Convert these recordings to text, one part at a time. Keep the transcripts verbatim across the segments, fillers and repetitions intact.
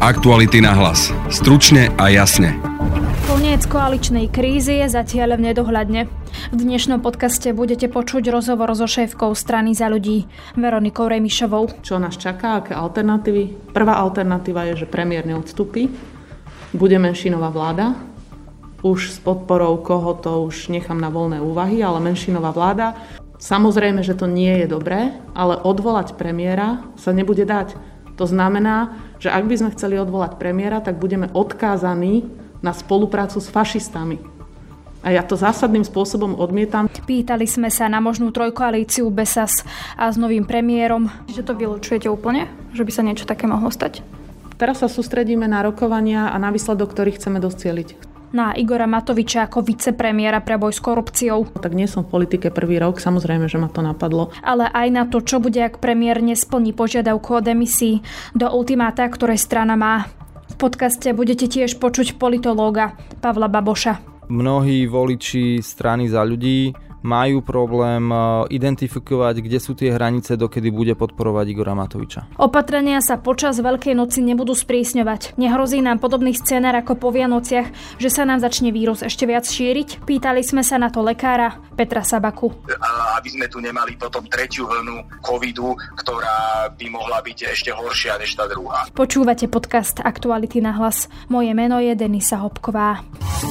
Aktuality na hlas. Stručne a jasne. Koniec koaličnej krízy je zatiaľ v nedohľadne. V dnešnom podcaste budete počuť rozhovor so šéfkou strany Za ľudí, Veronikou Remišovou. Čo nás čaká, aké alternatívy? Prvá alternatíva je, že premiér neodstúpi. Bude menšinová vláda. Už s podporou koho to už nechám na voľné úvahy, ale menšinová vláda. Samozrejme, že to nie je dobré, ale odvolať premiéra sa nebude dať. To znamená, že ak by sme chceli odvolať premiéra, tak budeme odkázaní na spoluprácu s fašistami. A ja to zásadným spôsobom odmietam. Pýtali sme sa na možnú trojkoalíciu bez es a a s novým premiérom. Že to vylučujete úplne? Že by sa niečo také mohlo stať? Teraz sa sústredíme na rokovania a na výsledok, ktorý chceme docieliť. Na Igora Matoviča ako vicepremiéra pre boj s korupciou. Tak nie som v politike prvý rok, samozrejme, že ma to napadlo. Ale aj na to, čo bude, ak premiér nesplní požiadavku o demisii do ultimáta, ktoré strana má. V podcaste budete tiež počuť politológa Pavla Baboša. Mnohí voliči strany Za ľudí majú problém identifikovať, kde sú tie hranice, dokedy bude podporovať Igora Matoviča. Opatrenia sa počas Veľkej noci nebudú sprísňovať. Nehrozí nám podobný scenár ako po Vianociach, že sa nám začne vírus ešte viac šíriť? Pýtali sme sa na to lekára Petra Sabaku. Aby sme tu nemali potom tretiu vlnu covidu, ktorá by mohla byť ešte horšia než tá druhá. Počúvate podcast Aktuality na hlas. Moje meno je Denisa Hopková.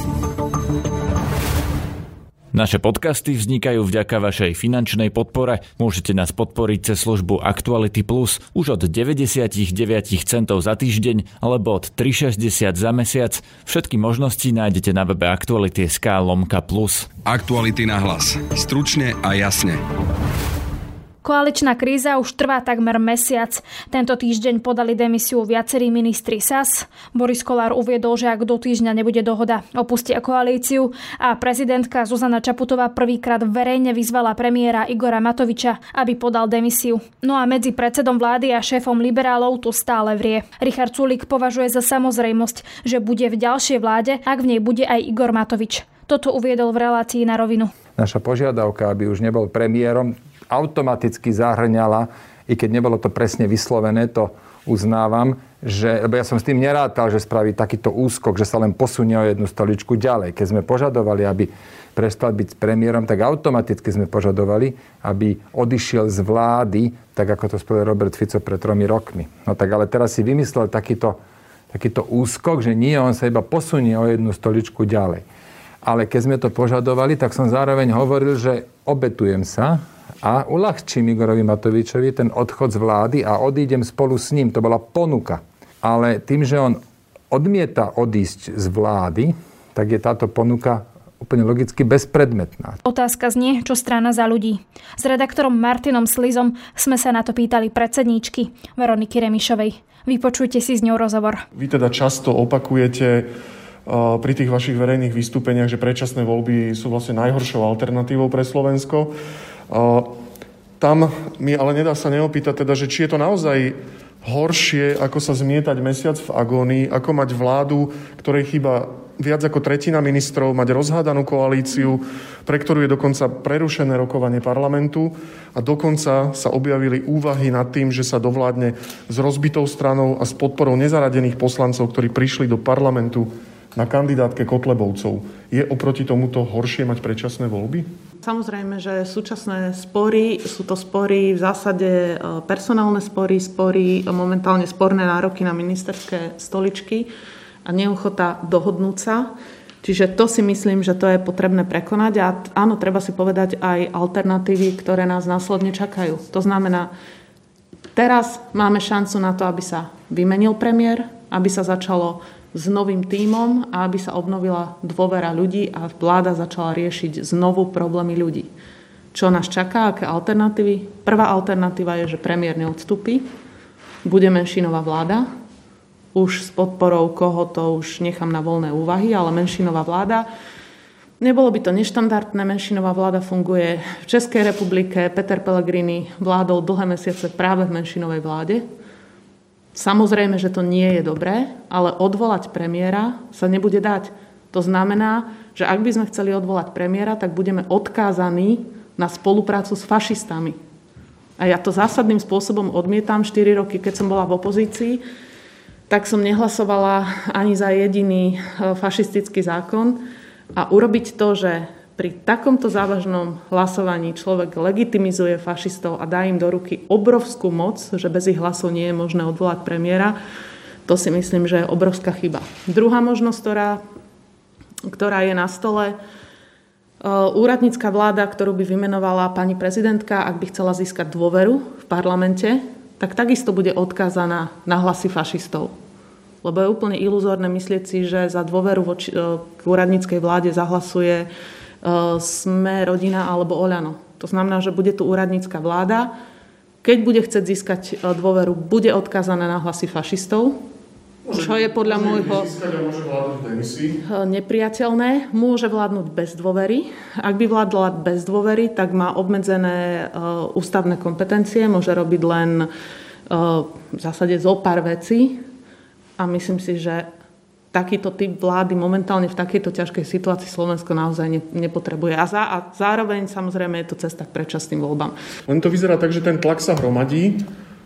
Naše podcasty vznikajú vďaka vašej finančnej podpore. Môžete nás podporiť cez službu Actuality Plus už od deväťdesiatdeväť centov za týždeň alebo od tri šesťdesiat za mesiac. Všetky možnosti nájdete na webe Aktuality bodka es ká lomka plus. Aktuality na hlas. Stručne a jasne. Koaličná kríza už trvá takmer mesiac. Tento týždeň podali demisiu viacerí ministri es a es. Boris Kollár uviedol, že ak do týždňa nebude dohoda, opustia koalíciu a prezidentka Zuzana Čaputová prvýkrát verejne vyzvala premiéra Igora Matoviča, aby podal demisiu. No a medzi predsedom vlády a šéfom liberálov to stále vrie. Richard Sulík považuje za samozrejmosť, že bude v ďalšej vláde, ak v nej bude aj Igor Matovič. Toto uviedol v relácii Na rovinu. Naša požiadavka, aby už nebol premiérom, automaticky zahrňala, i keď nebolo to presne vyslovené, to uznávam, že, lebo ja som s tým nerátal, že spraví takýto úskok, že sa len posunie o jednu stoličku ďalej. Keď sme požadovali, aby prestal byť premiérom, tak automaticky sme požadovali, aby odišiel z vlády, tak ako to spovedal Robert Fico pred tromi rokmi. No tak ale teraz si vymyslel takýto, takýto úskok, že nie, on sa iba posunie o jednu stoličku ďalej. Ale keď sme to požadovali, tak som zároveň hovoril, že obetujem sa a uľahčím Igorovi Matovičovi ten odchod z vlády a odídem spolu s ním. To bola ponuka. Ale tým, že on odmieta odísť z vlády, tak je táto ponuka úplne logicky bezpredmetná. Otázka znie, čo strana Za ľudí. S redaktorom Martinom Slizom sme sa na to pýtali predsedníčky Veroniky Remišovej. Vypočujte si s ňou rozhovor. Vy teda často opakujete pri tých vašich verejných vystúpeniach, že predčasné voľby sú vlastne najhoršou alternatívou pre Slovensko. Tam mi ale nedá sa neopýtať teda, že či je to naozaj horšie, ako sa zmietať mesiac v agónii, ako mať vládu, ktorej chýba viac ako tretina ministrov, mať rozhádanú koalíciu, pre ktorú je dokonca prerušené rokovanie parlamentu a dokonca sa objavili úvahy nad tým, že sa dovládne s rozbitou stranou a s podporou nezaradených poslancov, ktorí prišli do parlamentu na kandidátke Kotlebovcov. Je oproti tomuto horšie mať predčasné voľby? Samozrejme, že súčasné spory, sú to spory v zásade personálne spory, spory momentálne sporné nároky na ministerské stoličky a neochota dohodnúť sa. Čiže to si myslím, že to je potrebné prekonať a áno, treba si povedať aj alternatívy, ktoré nás následne čakajú. To znamená, teraz máme šancu na to, aby sa vymenil premiér, aby sa začalo s novým tímom a aby sa obnovila dôvera ľudí a vláda začala riešiť znovu problémy ľudí. Čo nás čaká, aké alternatívy? Prvá alternatíva je, že premiér neodstúpi, bude menšinová vláda, už s podporou koho to už nechám na voľné úvahy, ale menšinová vláda. Nebolo by to neštandardné, menšinová vláda funguje v Českej republike, Peter Pellegrini vládol dlhé mesiace práve v menšinovej vláde. Samozrejme, že to nie je dobré, ale odvolať premiéra sa nebude dať. To znamená, že ak by sme chceli odvolať premiéra, tak budeme odkázaní na spoluprácu s fašistami. A ja to zásadným spôsobom odmietam. štyri roky, keď som bola v opozícii, tak som nehlasovala ani za jediný fašistický zákon. A urobiť to, že pri takomto závažnom hlasovaní človek legitimizuje fašistov a dá im do ruky obrovskú moc, že bez ich hlasov nie je možné odvolať premiéra, to si myslím, že je obrovská chyba. Druhá možnosť, ktorá, ktorá je na stole, úradnícka vláda, ktorú by vymenovala pani prezidentka, ak by chcela získať dôveru v parlamente, tak takisto bude odkázaná na hlasy fašistov. Lebo je úplne iluzórne myslieť si, že za dôveru voči, k úradníckej vláde zahlasuje Sme, Rodina alebo Oľano. To znamená, že bude tu úradnícka vláda. Keď bude chcieť získať dôveru, bude odkázaná na hlasy fašistov, môže, čo je podľa môjho nepriateľné. Môže vládnuť bez dôvery. Ak by vládla bez dôvery, tak má obmedzené ústavné kompetencie, môže robiť len v zásade zo pár vecí. A myslím si, že takýto typ vlády momentálne v takejto ťažkej situácii Slovensko naozaj ne, nepotrebuje. A, zá, a zároveň samozrejme je to cesta k predčasným voľbám. Len to vyzerá tak, že ten tlak sa hromadí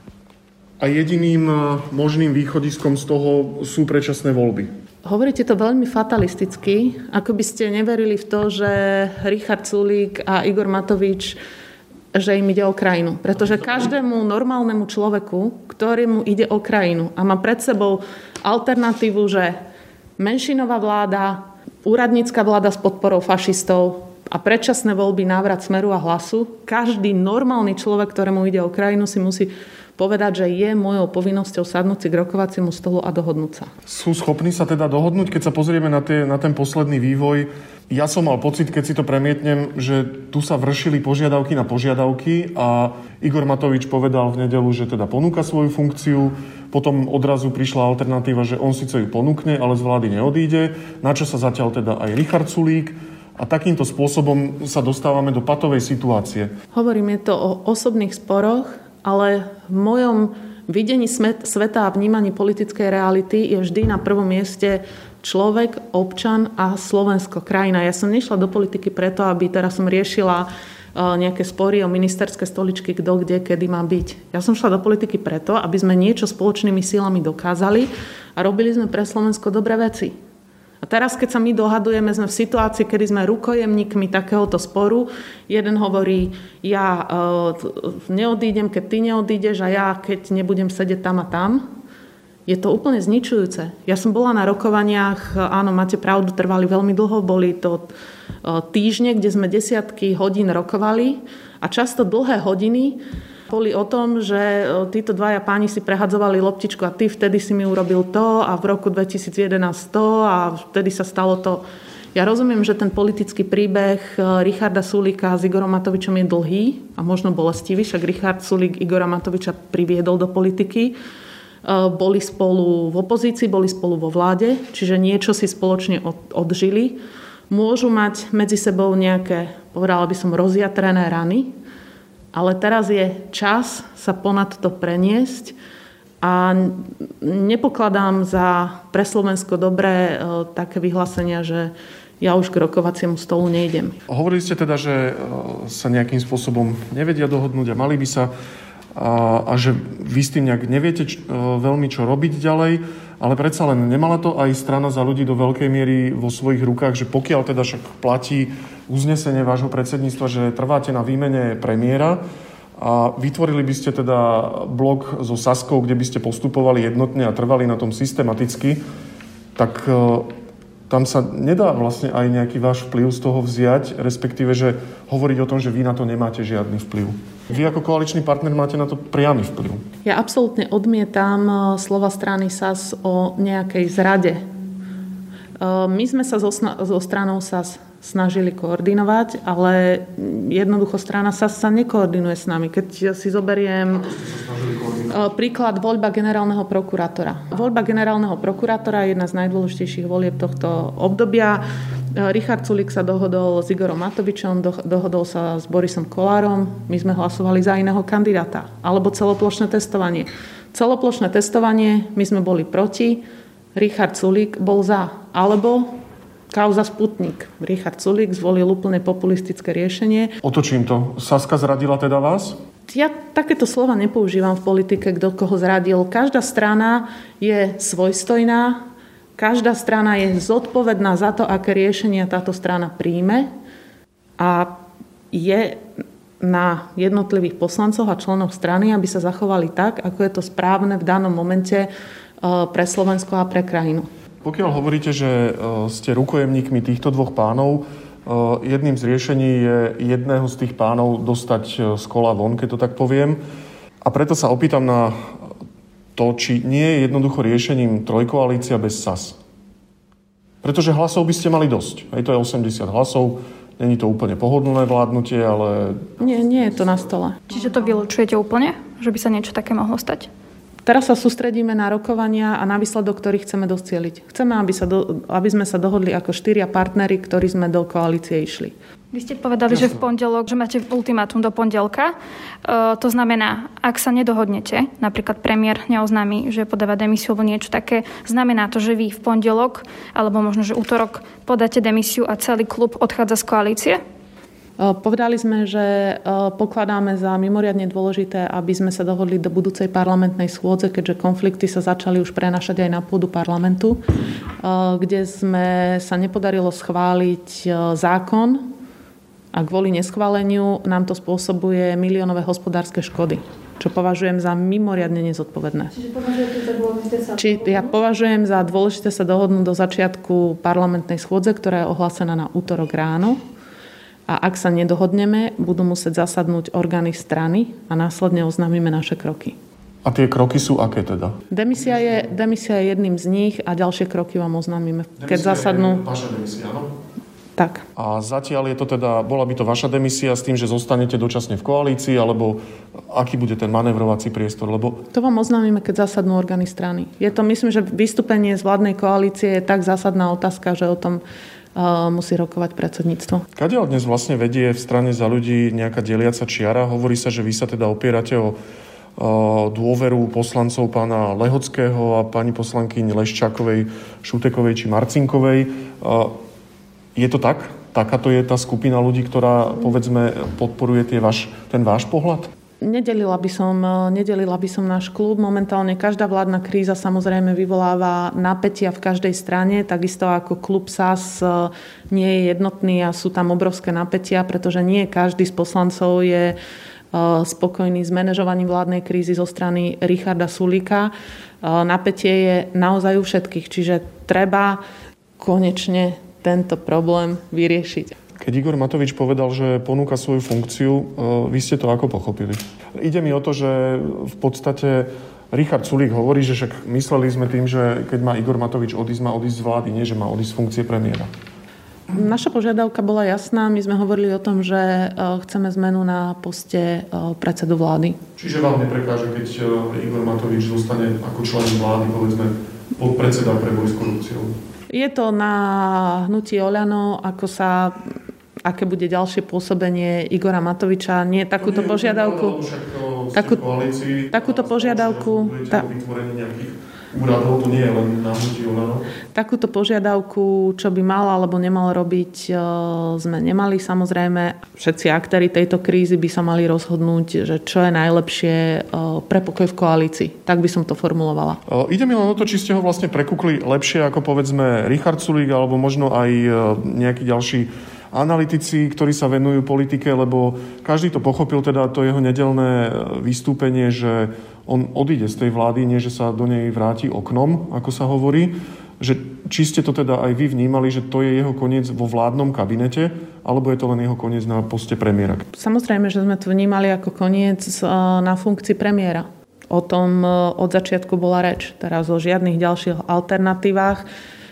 a jediným možným východiskom z toho sú predčasné voľby. Hovoríte to veľmi fatalisticky, ako by ste neverili v to, že Richard Sulík a Igor Matovič, že im ide o krajinu. Pretože každému normálnemu človeku, ktorému ide o krajinu a má pred sebou alternatívu, že menšinová vláda, úradnícka vláda s podporou fašistov a predčasné voľby, návrat Smeru a Hlasu, každý normálny človek, ktorému ide o krajinu, si musí povedať, že je mojou povinnosťou sadnúť si k rokovaciemu stolu a dohodnúť sa. Sú schopní sa teda dohodnúť, keď sa pozrieme na, tie, na ten posledný vývoj? Ja som mal pocit, keď si to premietnem, že tu sa vršili požiadavky na požiadavky a Igor Matovič povedal v nedeľu, že teda ponúka svoju funkciu. Potom odrazu prišla alternatíva, že on síce ju ponúkne, ale z vlády neodíde. Na čo sa zatiaľ teda aj Richard Sulík. A takýmto spôsobom sa dostávame do patovej situácie. Hovorím, je to o osobných sporoch, ale v mojom videní sveta a vnímaní politickej reality je vždy na prvom mieste človek, občan a Slovensko, krajina. Ja som nešla do politiky preto, aby teraz som riešila nejaké spory o ministerské stoličky, kto, kde, kedy má byť. Ja som šla do politiky preto, aby sme niečo spoločnými silami dokázali a robili sme pre Slovensko dobré veci. A teraz, keď sa my dohadujeme, sme v situácii, kedy sme rukojemníkmi takéhoto sporu. Jeden hovorí, ja neodídem, keď ty neodídeš a ja, keď nebudem sedieť tam a tam. Je to úplne zničujúce. Ja som bola na rokovaniach, áno, máte pravdu, trvali veľmi dlho, boli to týždne, kde sme desiatky hodín rokovali a často dlhé hodiny boli o tom, že títo dvaja páni si prehadzovali loptičku a ty vtedy si mi urobil to a v roku dvetisíc jedenásť to a vtedy sa stalo to. Ja rozumiem, že ten politický príbeh Richarda Sulíka s Igorom Matovičom je dlhý a možno bolestivý, však Richard Sulík Igora Matoviča priviedol do politiky. Boli spolu v opozícii, boli spolu vo vláde, čiže niečo si spoločne odžili. Môžu mať medzi sebou nejaké, povedala by som, rozjatrené rany, ale teraz je čas sa ponad to preniesť a nepokladám za pre Slovensko dobré e, také vyhlásenia, že ja už k rokovaciemu stolu nejdem. Hovorili ste teda, že e, sa nejakým spôsobom nevedia dohodnúť a mali by sa a, a že vy s tým nejak neviete č, e, veľmi čo robiť ďalej, ale predsa len nemala to aj strana Za ľudí do veľkej miery vo svojich rukách, že pokiaľ teda však platí uznesenie vášho predsedníctva, že trváte na výmene premiéra a vytvorili by ste teda blok so Saskou, kde by ste postupovali jednotne a trvali na tom systematicky, tak e, tam sa nedá vlastne aj nejaký váš vplyv z toho vziať, respektíve, že hovoriť o tom, že vy na to nemáte žiadny vplyv. Vy ako koaličný partner máte na to priamy vplyv. Ja absolútne odmietam slova strany es a es o nejakej zrade. My sme sa zo, zo stranou es a es snažili koordinovať, ale jednoducho strana es a es sa nekoordinuje s nami. Keď si zoberiem príklad voľba generálneho prokurátora. Voľba generálneho prokurátora je jedna z najdôležitejších volieb tohto obdobia. Richard Sulík sa dohodol s Igorom Matovičom, dohodol sa s Borisom Kollárom. My sme hlasovali za iného kandidáta. Alebo celoplošné testovanie. Celoplošné testovanie, my sme boli proti, Richard Sulík bol za. Alebo kauza Sputnik. Richard Sulík zvolil úplne populistické riešenie. Otočím to. Saska zradila teda vás? Ja takéto slova nepoužívam v politike, kto koho zradil. Každá strana je svojstojná, každá strana je zodpovedná za to, aké riešenia táto strana príjme a je na jednotlivých poslancoch a členov strany, aby sa zachovali tak, ako je to správne v danom momente pre Slovensko a pre krajinu. Pokiaľ hovoríte, že ste rukojemníkmi týchto dvoch pánov, jedným z riešení je jedného z tých pánov dostať z kola von, keď to tak poviem. A preto sa opýtam na to, či nie je jednoducho riešením trojkoalícia bez es a es. Pretože hlasov by ste mali dosť. Aj to je osemdesiat hlasov. Není to úplne pohodlné vládnutie, ale... Nie, nie je to na stole. Čiže to vylučujete úplne? Že by sa niečo také mohlo stať? Teraz sa sústredíme na rokovania a na výsledok, ktorý chceme docieliť. Chceme, aby, sa do, aby sme sa dohodli ako štyria partneri, ktorí sme do koalície išli. Vy ste povedali, Jasne. že v pondelok, že máte ultimátum do pondelka. E, to znamená, ak sa nedohodnete, napríklad premiér neoznámi, že podáva demisiu alebo niečo také, znamená to, že vy v pondelok, alebo možno, že útorok podáte demisiu a celý klub odchádza z koalície? Povedali sme, že pokladáme za mimoriadne dôležité, aby sme sa dohodli do budúcej parlamentnej schôdze, keďže konflikty sa začali už prenášať aj na pôdu parlamentu, kde sme sa nepodarilo schváliť zákon a kvôli neschváleniu nám to spôsobuje miliónové hospodárske škody, čo považujem za mimoriadne nezodpovedné. Čiže považujete za dôležité sa Či ja považujem za dôležité sa dohodnúť do začiatku parlamentnej schôdze, ktorá je ohlásená na útorok ráno. A ak sa nedohodneme, budú musieť zasadnúť orgány strany a následne oznámime naše kroky. A tie kroky sú aké teda? Demisia je, demisia je jedným z nich a ďalšie kroky vám oznámime, keď demisia zasadnú. Je vaša demisia, áno? Tak. A zatiaľ je to teda, bola by to vaša demisia s tým, že zostanete dočasne v koalícii, alebo aký bude ten manévrovací priestor? Lebo... To vám oznámime, keď zasadnú orgány strany. Je to, myslím, že vystúpenie z vládnej koalície je tak zásadná otázka, že o tom musí rokovať predsedníctvo. Kadiaľ dnes vlastne vedie v strane Za ľudí nejaká deliaca čiara? Hovorí sa, že vy sa teda opierate o dôveru poslancov pána Lehockého a pani poslankyň Leščákovej, Šutekovej či Marcinkovej. Je to tak? Takáto je tá skupina ľudí, ktorá, povedzme, podporuje tie váš, ten váš pohľad? Nedelila by som, nedelila by som náš klub. Momentálne každá vládna kríza samozrejme vyvoláva napätia v každej strane, takisto ako klub es a es nie je jednotný a sú tam obrovské napätia, pretože nie každý z poslancov je spokojný s manažovaním vládnej krízy zo strany Richarda Sulíka. Napätie je naozaj u všetkých, čiže treba konečne tento problém vyriešiť. Keď Igor Matovič povedal, že ponúka svoju funkciu, vy ste to ako pochopili? Ide mi o to, že v podstate Richard Sulík hovorí, že však mysleli sme tým, že keď má Igor Matovič odísť, má odísť z vlády, nie že má odísť z funkcie premiéra. Naša požiadavka bola jasná. My sme hovorili o tom, že chceme zmenu na poste predsedu vlády. Čiže vám neprekáže, keď Igor Matovič zostane ako člen vlády, povedzme, podpredseda pre boj s korupciou? Je to na hnutí Oľano, ako sa, aké bude ďalšie pôsobenie Igora Matoviča. Nie takúto nie, požiadavku. Takú, takúto požiadavku. Ta, úradov, to nie je len na hnutí Oľano. Takúto požiadavku, čo by mal alebo nemal robiť, sme nemali. Samozrejme, všetci aktéri tejto krízy by sa mali rozhodnúť, že čo je najlepšie pre pokoj v koalícii. Tak by som to formulovala. Ide mi len o to, či ste ho vlastne prekúkli lepšie ako povedzme Richard Sulík alebo možno aj nejaký ďalší analytici, ktorí sa venujú politike, lebo každý to pochopil, teda to jeho nedeľné vystúpenie, že on odíde z tej vlády, nie že sa do nej vráti oknom, ako sa hovorí. Že, či ste to teda aj vy vnímali, že to je jeho koniec vo vládnom kabinete, alebo je to len jeho koniec na poste premiéra? Samozrejme, že sme to vnímali ako koniec na funkcii premiéra. O tom od začiatku bola reč. Teraz o žiadnych ďalších alternatívach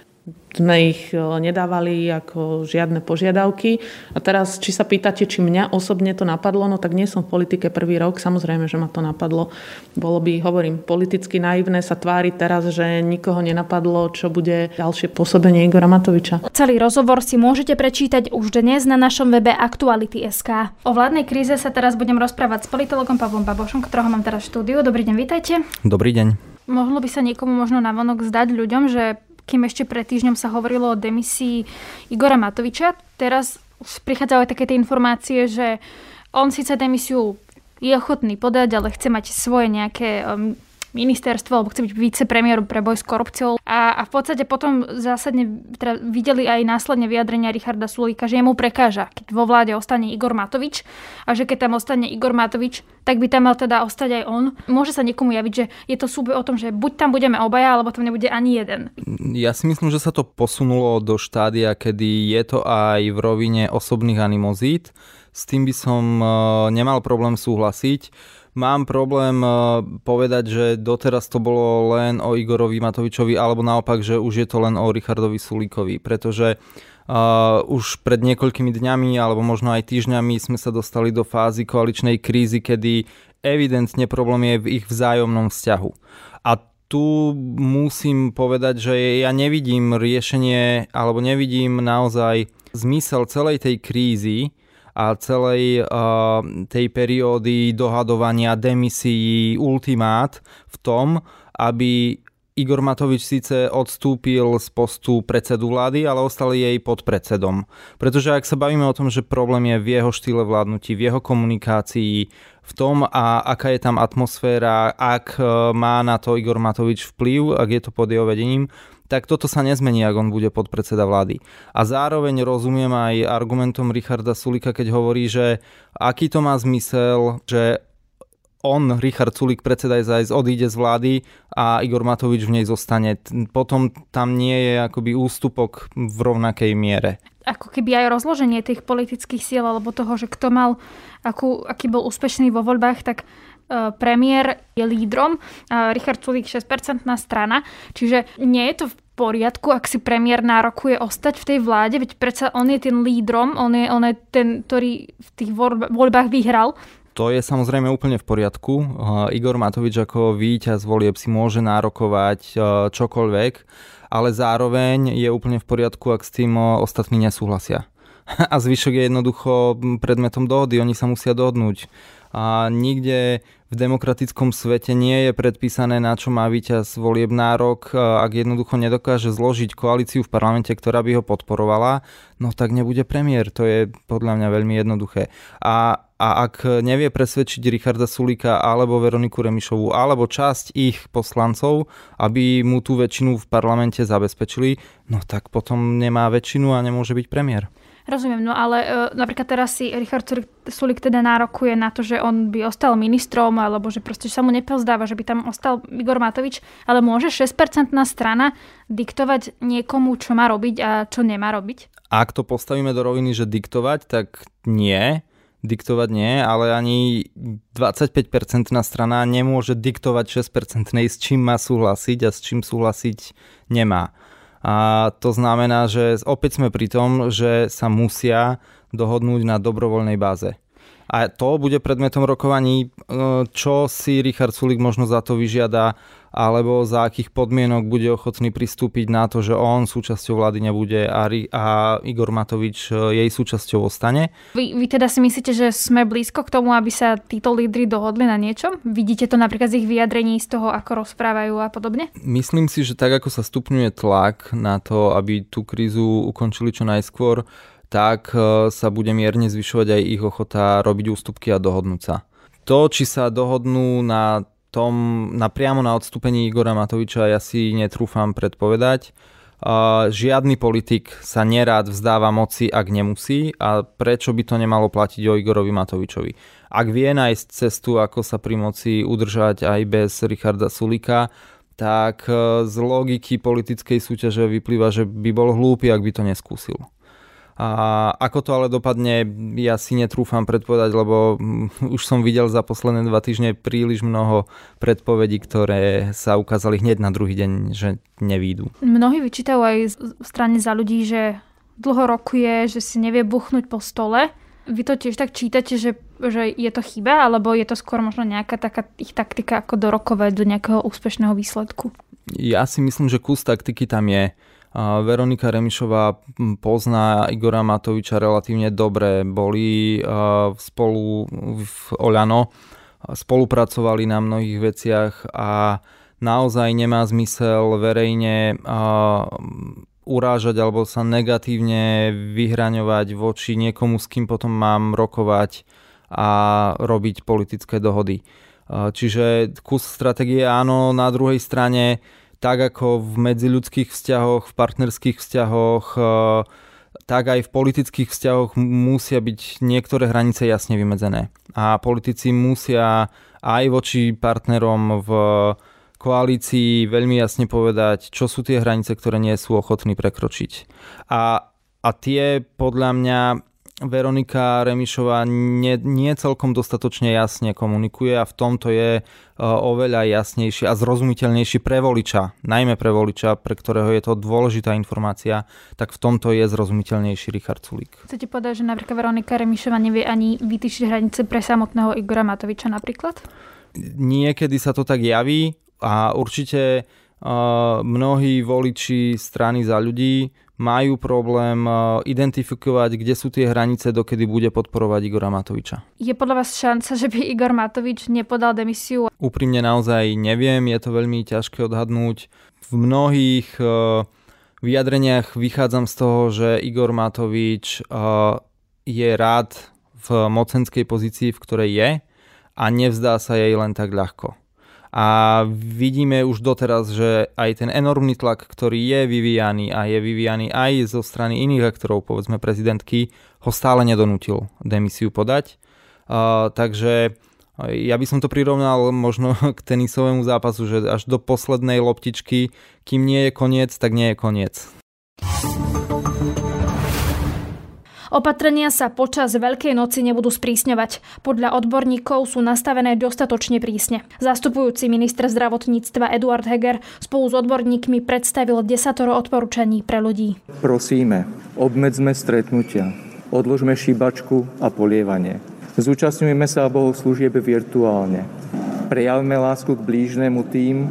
sme ich nedávali ako žiadne požiadavky. A teraz, či sa pýtate, či mňa osobne to napadlo, no tak nie som v politike prvý rok. Samozrejme, že ma to napadlo. Bolo by, hovorím, politicky naivné sa tváriť teraz, že nikoho nenapadlo, čo bude ďalšie pôsobenie Igora Matoviča. Celý rozhovor si môžete prečítať už dnes na našom webe aktuality bodka es ká. O vládnej kríze sa teraz budem rozprávať s politologom Pavlom Babošom, ktorého mám teraz v štúdiu. Dobrý deň, vítajte. Dobrý deň. Mohlo by sa niekomu možno navonok zdať ľuďom, že kým ešte pred týždňom sa hovorilo o demisii Igora Matoviča, teraz už prichádzajú aj také tie informácie, že on síce demisiu je ochotný podať, ale chce mať svoje nejaké um, ministerstvo, alebo chce byť vicepremiérom pre boj s korupciou. A, a v podstate potom zásadne teda videli aj následne vyjadrenia Richarda Sulíka, že jemu prekáža, keď vo vláde ostane Igor Matovič a že keď tam ostane Igor Matovič, tak by tam mal teda ostať aj on. Môže sa niekomu javiť, že je to súboj o tom, že buď tam budeme obaja, alebo tam nebude ani jeden. Ja si myslím, že sa to posunulo do štádia, kedy je to aj v rovine osobných animozít. S tým by som nemal problém súhlasiť. Mám problém povedať, že doteraz to bolo len o Igorovi Matovičovi, alebo naopak, že už je to len o Richardovi Sulíkovi, pretože uh, už pred niekoľkými dňami, alebo možno aj týždňami sme sa dostali do fázy koaličnej krízy, kedy evidentne problém je v ich vzájomnom vzťahu. A tu musím povedať, že ja nevidím riešenie, alebo nevidím naozaj zmysel celej tej krízy, a celej uh, tej periódy dohadovania, demisií, ultimát v tom, aby Igor Matovič síce odstúpil z postu predsedu vlády, ale ostal jej podpredsedom. Pretože ak sa bavíme o tom, že problém je v jeho štýle vládnutí, v jeho komunikácii, v tom, a aká je tam atmosféra, ak má na to Igor Matovič vplyv, ak je to pod jeho vedením, tak toto sa nezmení, ak on bude podpredseda vlády. A zároveň rozumiem aj argumentom Richarda Sulíka, keď hovorí, že aký to má zmysel, že on, Richard Sulík, predseda es a es, odíde z vlády a Igor Matovič v nej zostane. Potom tam nie je akoby ústupok v rovnakej miere. Ako keby aj rozloženie tých politických síl, alebo toho, že kto mal, akú, aký bol úspešný vo voľbách, tak uh, premiér je lídrom, uh, Richard Sulík šesť percent strana, čiže nie je to v poriadku, ak si premiér nárokuje ostať v tej vláde, veď predsa on je ten lídrom, on je, on je ten, ktorý v tých voľbách vyhral. To je samozrejme úplne v poriadku. Uh, Igor Matovič ako víťaz volieb si môže nárokovať uh, čokoľvek, ale zároveň je úplne v poriadku, ak s tým uh, ostatní nesúhlasia. A zvyšok je jednoducho predmetom dohody, oni sa musia dohodnúť. A nikde v demokratickom svete nie je predpísané, na čo má víťaz volieb nárok. Ak jednoducho nedokáže zložiť koalíciu v parlamente, ktorá by ho podporovala, no tak nebude premiér. To je podľa mňa veľmi jednoduché. A, a ak nevie presvedčiť Richarda Sulíka alebo Veroniku Remišovú alebo časť ich poslancov, aby mu tú väčšinu v parlamente zabezpečili, no tak potom nemá väčšinu a nemôže byť premiér. Rozumiem, no ale e, napríklad teraz si Richard Sulík teda nárokuje na to, že on by ostal ministrom, alebo že proste sa mu nepozdáva, že by tam ostal Igor Matovič, ale môže šesť percent strana diktovať niekomu, čo má robiť a čo nemá robiť? Ak to postavíme do roviny, že diktovať, tak nie. Diktovať nie, ale ani dvadsaťpäť percent strana nemôže diktovať šesť percent s čím má súhlasiť a s čím súhlasiť nemá. A to znamená, že opäť sme pri tom, že sa musia dohodnúť na dobrovoľnej báze. A to bude predmetom rokovaní, čo si Richard Sulík možno za to vyžiada, alebo za akých podmienok bude ochotný pristúpiť na to, že on súčasťou vlády nebude a, a Igor Matovič jej súčasťou ostane. Vy, vy teda si myslíte, že sme blízko k tomu, aby sa títo lídri dohodli na niečom? Vidíte to napríklad z ich vyjadrení, z toho, ako rozprávajú a podobne? Myslím si, že tak, ako sa stupňuje tlak na to, aby tú krízu ukončili čo najskôr, tak sa bude mierne zvyšovať aj ich ochota robiť ústupky a dohodnúť sa. To, či sa dohodnú na tom, na priamo na odstúpení Igora Matoviča, ja si netrúfam predpovedať. Žiadny politik sa nerád vzdáva moci, ak nemusí, a prečo by to nemalo platiť o Igorovi Matovičovi. Ak vie nájsť cestu, ako sa pri moci udržať aj bez Richarda Sulíka, tak z logiky politickej súťaže vyplýva, že by bol hlúpy, ak by to neskúsil. A ako to ale dopadne, ja si netrúfam predpovedať, lebo už som videl za posledné dva týždne príliš mnoho predpovedí, ktoré sa ukázali hneď na druhý deň, že nevídu. Mnohí vyčítajú aj v strane Za ľudí, že dlho rokuje, že si nevie buchnúť po stole. Vy to tiež tak čítate, že, že je to chyba, alebo je to skôr možno nejaká taká ich taktika, ako dorokovať do nejakého úspešného výsledku? Ja si myslím, že kus taktiky tam je. Veronika Remišová pozná Igora Matoviča relatívne dobre. Boli spolu v Oľano, spolupracovali na mnohých veciach a naozaj nemá zmysel verejne urážať alebo sa negatívne vyhraňovať voči niekomu, s kým potom mám rokovať a robiť politické dohody. Čiže kus stratégie áno, na druhej strane tak ako v medziľudských vzťahoch, v partnerských vzťahoch, tak aj v politických vzťahoch musia byť niektoré hranice jasne vymedzené. A politici musia aj voči partnerom v koalícii veľmi jasne povedať, čo sú tie hranice, ktoré nie sú ochotní prekročiť. A, a tie podľa mňa Veronika Remišová nie, nie celkom dostatočne jasne komunikuje a v tomto je oveľa jasnejší a zrozumiteľnejší pre voliča, najmä pre voliča, pre ktorého je to dôležitá informácia, tak v tomto je zrozumiteľnejší Richard Sulík. Chcete povedať, že napríklad Veronika Remišová nevie ani vytýčiť hranice pre samotného Igora Matoviča napríklad? Niekedy sa to tak javí a určite uh, mnohí voliči strany Za ľudí majú problém identifikovať, kde sú tie hranice, dokedy bude podporovať Igora Matoviča. Je podľa vás šanca, že by Igor Matovič nepodal demisiu? Úprimne naozaj neviem, je to veľmi ťažké odhadnúť. V mnohých vyjadreniach vychádzam z toho, že Igor Matovič je rád v mocenskej pozícii, v ktorej je a nevzdá sa jej len tak ľahko. A vidíme už doteraz, že aj ten enormný tlak, ktorý je vyvíjaný a je vyvíjaný aj zo strany iných aktorov, povedzme prezidentky, ho stále nedonútil demisiu podať. Uh, takže ja by som to prirovnal možno k tenisovému zápasu, že až do poslednej loptičky, kým nie je koniec, tak nie je koniec. Opatrenia sa počas Veľkej noci nebudú sprísňovať. Podľa odborníkov sú nastavené dostatočne prísne. Zastupujúci minister zdravotníctva Eduard Heger spolu s odborníkmi predstavil desatoro odporúčaní pre ľudí. Prosíme, obmedzme stretnutia, odložme šíbačku a polievanie. Zúčastňujme sa bohoslúžieb virtuálne. Prejavme lásku k blížnemu tým,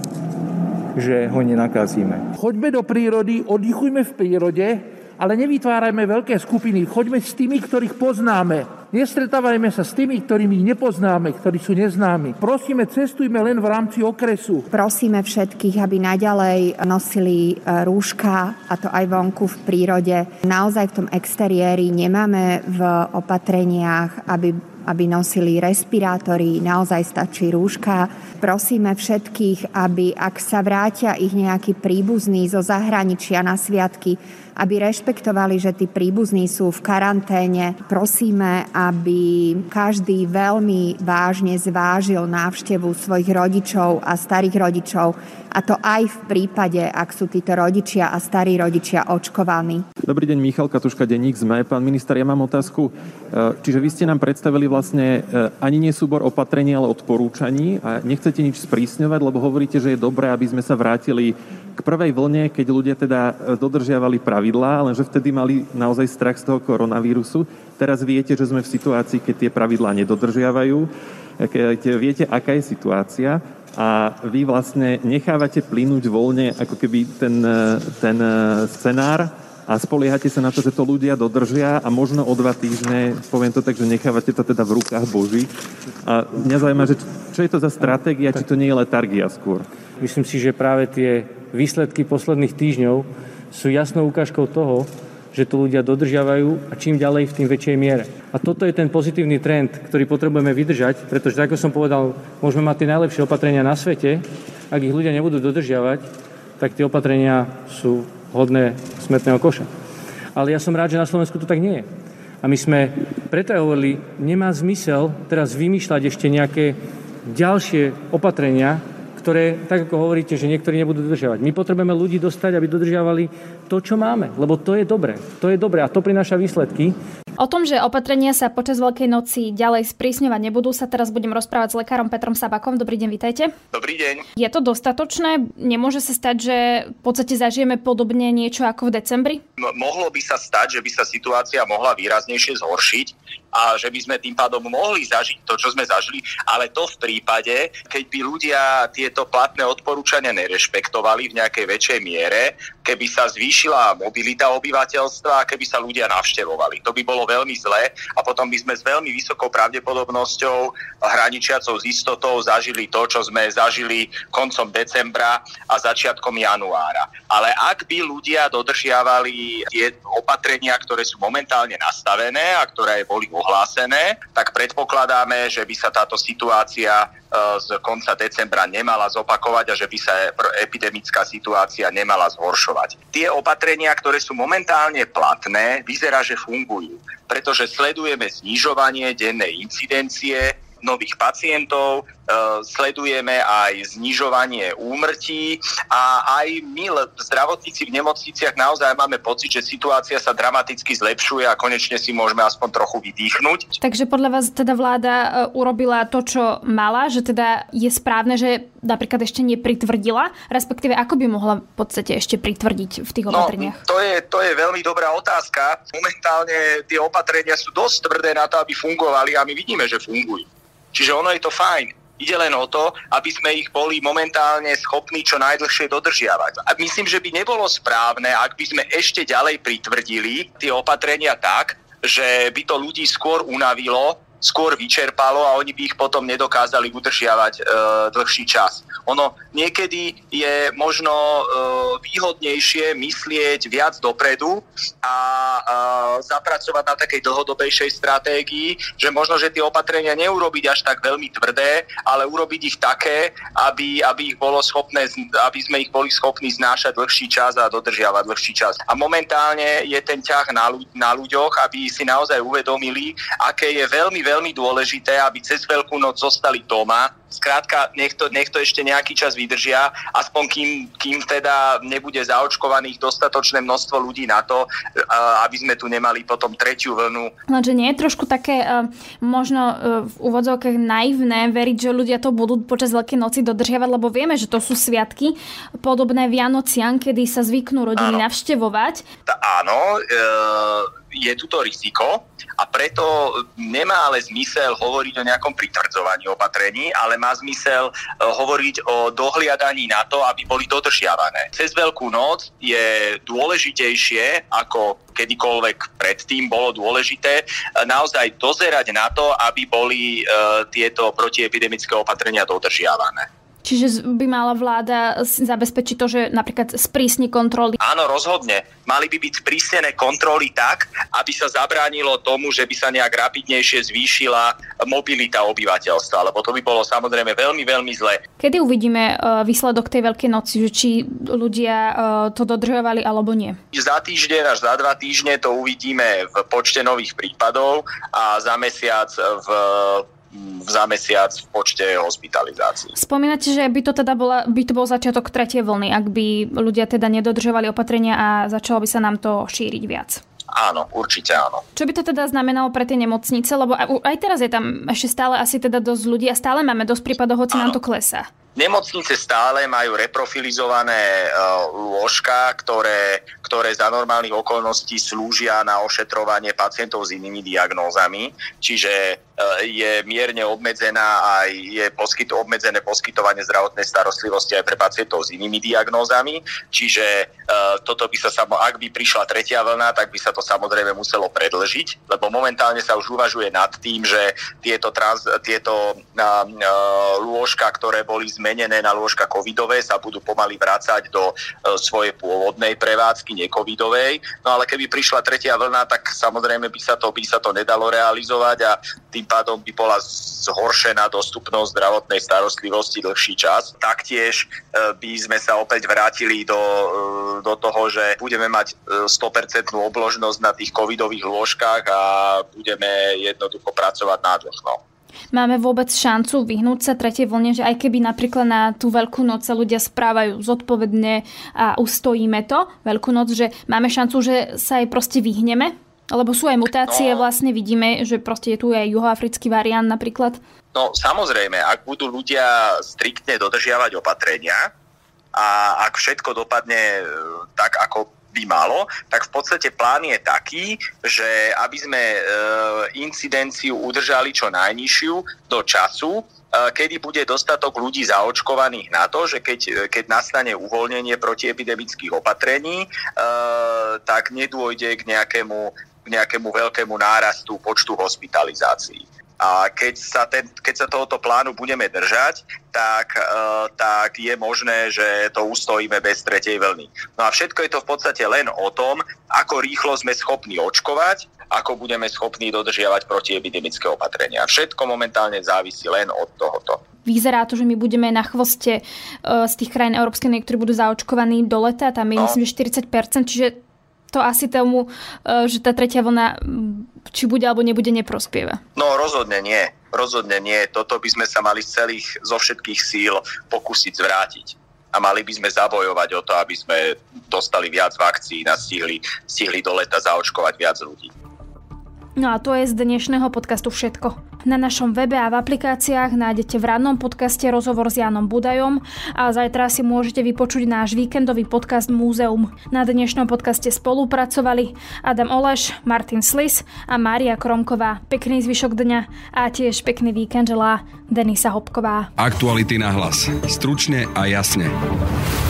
že ho nenakazíme. Choďme do prírody, oddychujme v prírode, ale nevytvárajme veľké skupiny. Choďme s tými, ktorých poznáme. Nestretávajme sa s tými, ktorými ich nepoznáme, ktorí sú neznámi. Prosíme, cestujme len v rámci okresu. Prosíme všetkých, aby naďalej nosili rúška, a to aj vonku v prírode. Naozaj v tom exteriéri nemáme v opatreniach, aby, aby nosili respirátory, naozaj stačí rúška. Prosíme všetkých, aby ak sa vrátia ich nejakí príbuzní zo zahraničia na sviatky, aby rešpektovali, že tí príbuzní sú v karanténe. Prosíme, aby každý veľmi vážne zvážil návštevu svojich rodičov a starých rodičov. A to aj v prípade, ak sú títo rodičia a starí rodičia očkovaní. Dobrý deň, Michal Katuška, denník es em e. Pán minister, ja mám otázku. Čiže vy ste nám predstavili vlastne ani nie súbor opatrení, ale odporúčaní a nechcete nič sprísňovať, lebo hovoríte, že je dobré, aby sme sa vrátili k prvej vlne, keď ľudia teda dodržiavali pravidlá, lenže vtedy mali naozaj strach z toho koronavírusu. Teraz viete, že sme v situácii, keď tie pravidlá nedodržiavajú. Keď viete, aká je situácia a vy vlastne nechávate plynúť voľne ako keby ten, ten scenár a spoliehate sa na to, že to ľudia dodržia a možno o dva týždne, poviem to tak, že nechávate to teda v rukách Božích. A mňa zaujíma, že čo je to za stratégia, či to nie je letargia skôr? Myslím si, že práve tie výsledky posledných týždňov sú jasnou ukážkou toho, že to ľudia dodržiavajú a čím ďalej v tým väčšej miere. A toto je ten pozitívny trend, ktorý potrebujeme vydržať, pretože, ako som povedal, môžeme mať tie najlepšie opatrenia na svete, ak ich ľudia nebudú dodržiavať, tak tie opatrenia sú hodné smetného koša. Ale ja som rád, že na Slovensku to tak nie je. A my sme preto hovorili, nemá zmysel teraz vymýšľať ešte nejaké ďalšie opatrenia, ktoré, tak ako hovoríte, že niektorí nebudú dodržiavať. My potrebujeme ľudí dostať, aby dodržiavali to, čo máme, lebo to je dobré. To je dobré a to prináša výsledky. O tom, že opatrenia sa počas Veľkej noci ďalej sprísňovať nebudú, sa teraz budem rozprávať s lekárom Petrom Sabakom. Dobrý deň, vitajte. Dobrý deň. Je to dostatočné? Nemôže sa stať, že v podstate zažijeme podobne niečo ako v decembri? No, mohlo by sa stať, že by sa situácia mohla výraznejšie zhoršiť a že by sme tým pádom mohli zažiť to, čo sme zažili, ale to v prípade, keď by ľudia tieto platné odporúčania nerešpektovali v nejakej väčšej miere, keby sa zvýšila mobilita obyvateľstva a keby sa ľudia navštevovali. To by bolo bolo veľmi zle a potom by sme s veľmi vysokou pravdepodobnosťou hraničiacou s istotou zažili to, čo sme zažili koncom decembra a začiatkom januára. Ale ak by ľudia dodržiavali tie opatrenia, ktoré sú momentálne nastavené a ktoré boli ohlásené, tak predpokladáme, že by sa táto situácia z konca decembra nemala zopakovať a že by sa epidemická situácia nemala zhoršovať. Tie opatrenia, ktoré sú momentálne platné, vyzerá, že fungujú, pretože sledujeme znižovanie dennej incidencie nových pacientov, sledujeme aj znižovanie úmrtí a aj my, zdravotníci v nemocniciach, naozaj máme pocit, že situácia sa dramaticky zlepšuje a konečne si môžeme aspoň trochu vydýchnuť. Takže podľa vás teda vláda urobila to, čo mala, že teda je správne, že napríklad ešte nepritvrdila, respektíve ako by mohla v podstate ešte pritvrdiť v tých opatreniach? No, to je, to je veľmi dobrá otázka. Momentálne tie opatrenia sú dosť tvrdé na to, aby fungovali a my vidíme, že fungujú. Čiže ono je to fajn. Ide len o to, aby sme ich boli momentálne schopní čo najdlhšie dodržiavať. A myslím, že by nebolo správne, ak by sme ešte ďalej pritvrdili tie opatrenia tak, že by to ľudí skôr unavilo, skôr vyčerpalo a oni by ich potom nedokázali udržiavať e, dlhší čas. Ono niekedy je možno e, výhodnejšie myslieť viac dopredu a e, zapracovať na takej dlhodobejšej stratégii, že možno, že tie opatrenia neurobiť až tak veľmi tvrdé, ale urobiť ich také, aby, aby, ich bolo schopné, aby sme ich boli schopní znášať dlhší čas a dodržiavať dlhší čas. A momentálne je ten ťah na, ľu- na ľuďoch, aby si naozaj uvedomili, aké je veľmi, veľmi veľmi dôležité, aby cez Veľkú noc zostali doma. Skrátka, nech to, nech to ešte nejaký čas vydržia, aspoň kým, kým teda nebude zaočkovaných dostatočné množstvo ľudí na to, aby sme tu nemali potom tretiu vlnu. Lenže nie je trošku také možno v úvodzovkách naivné veriť, že ľudia to budú počas Veľkej noci dodržiavať, lebo vieme, že to sú sviatky podobné Vianociam, kedy sa zvyknú rodiny áno. navštevovať. Tá, áno, e, je tu to riziko a preto nemá ale zmysel hovoriť o nejakom pritvrdzovaní opatrení, ale má zmysel hovoriť o dohliadaní na to, aby boli dodržiavané. Cez Veľkú noc je dôležitejšie, ako kedykoľvek predtým bolo dôležité, naozaj dozerať na to, aby boli tieto protiepidemické opatrenia dodržiavané. Čiže by mala vláda zabezpečiť to, že napríklad sprísni kontroly? Áno, rozhodne. Mali by byť sprísnené kontroly tak, aby sa zabránilo tomu, že by sa nejak rapidnejšie zvýšila mobilita obyvateľstva, lebo to by bolo samozrejme veľmi, veľmi zlé. Kedy uvidíme výsledok tej Veľkej noci, že či ľudia to dodržiavali alebo nie? Za týždeň až za dva týždne to uvidíme v počte nových prípadov a za mesiac v za mesiac v počte hospitalizácií. Spomínate, že by to teda bola, by to bol začiatok tretej vlny, ak by ľudia teda nedodržovali opatrenia a začalo by sa nám to šíriť viac? Áno, určite áno. Čo by to teda znamenalo pre tie nemocnice? Lebo aj teraz je tam ešte stále asi teda dosť ľudí a stále máme dosť prípadov, hoci áno. nám to klesá. Nemocnice stále majú reprofilizované uh, lôžka, ktoré, ktoré za normálnych okolností slúžia na ošetrovanie pacientov s inými diagnózami, čiže uh, je mierne obmedzená a je poskyt, obmedzené poskytovanie zdravotnej starostlivosti aj pre pacientov s inými diagnózami, čiže uh, toto by sa samo, ak by prišla tretia vlna, tak by sa to samozrejme muselo predĺžiť, lebo momentálne sa už uvažuje nad tým, že tieto, trans, tieto uh, uh, lôžka, ktoré boli zmenené zmenené na lôžka covidové, sa budú pomaly vracať do e, svojej pôvodnej prevádzky, necovidovej. No ale keby prišla tretia vlna, tak samozrejme by sa to, by sa to nedalo realizovať a tým pádom by bola zhoršená dostupnosť zdravotnej starostlivosti dlhší čas. Taktiež e, by sme sa opäť vrátili do, e, do toho, že budeme mať e, sto percent obložnosť na tých covidových lôžkach a budeme jednoducho pracovať na dlho. Máme vôbec šancu vyhnúť sa tretej vlne, že aj keby napríklad na tú Veľkú noc sa ľudia správajú zodpovedne a ustojíme to, Veľkú noc, že máme šancu, že sa aj proste vyhneme? Lebo sú aj mutácie, no, vlastne vidíme, že proste je tu aj juhoafrický variant napríklad. No samozrejme, ak budú ľudia striktne dodržiavať opatrenia a ak všetko dopadne tak, ako by malo, tak v podstate plán je taký, že aby sme e, incidenciu udržali čo najnižšiu do času, e, kedy bude dostatok ľudí zaočkovaných na to, že keď, keď nastane uvoľnenie protiepidemických opatrení, e, tak nedôjde k nejakému k nejakému veľkému nárastu počtu hospitalizácií. A keď sa, ten, keď sa tohoto plánu budeme držať, tak, e, tak je možné, že to ustojíme bez tretej vlny. No a všetko je to v podstate len o tom, ako rýchlo sme schopní očkovať, ako budeme schopní dodržiavať protiepidemické opatrenia. Všetko momentálne závisí len od tohoto. Vyzerá to, že my budeme na chvoste e, z tých krajín Európskej únie, ktorí budú zaočkovaní do leta, tam je no. myslím, že štyridsať percent, čiže to asi tomu, e, že tá tretia vlna či bude alebo nebude, neprospieva. No rozhodne nie. Rozhodne nie. Toto by sme sa mali z celých, zo všetkých síl pokúsiť zvrátiť. A mali by sme zabojovať o to, aby sme dostali viac vakcín a stihli, stihli do leta zaočkovať viac ľudí. No a to je z dnešného podcastu všetko. Na našom webe a v aplikáciách nájdete v rannom podcaste rozhovor s Jánom Budajom a zajtra si môžete vypočuť náš víkendový podcast Múzeum. Na dnešnom podcaste spolupracovali Adam Oleš, Martin Slis a Mária Kromková. Pekný zvyšok dňa a tiež pekný víkend želá Denisa Hopková. Aktuality na hlas. Stručne a jasne.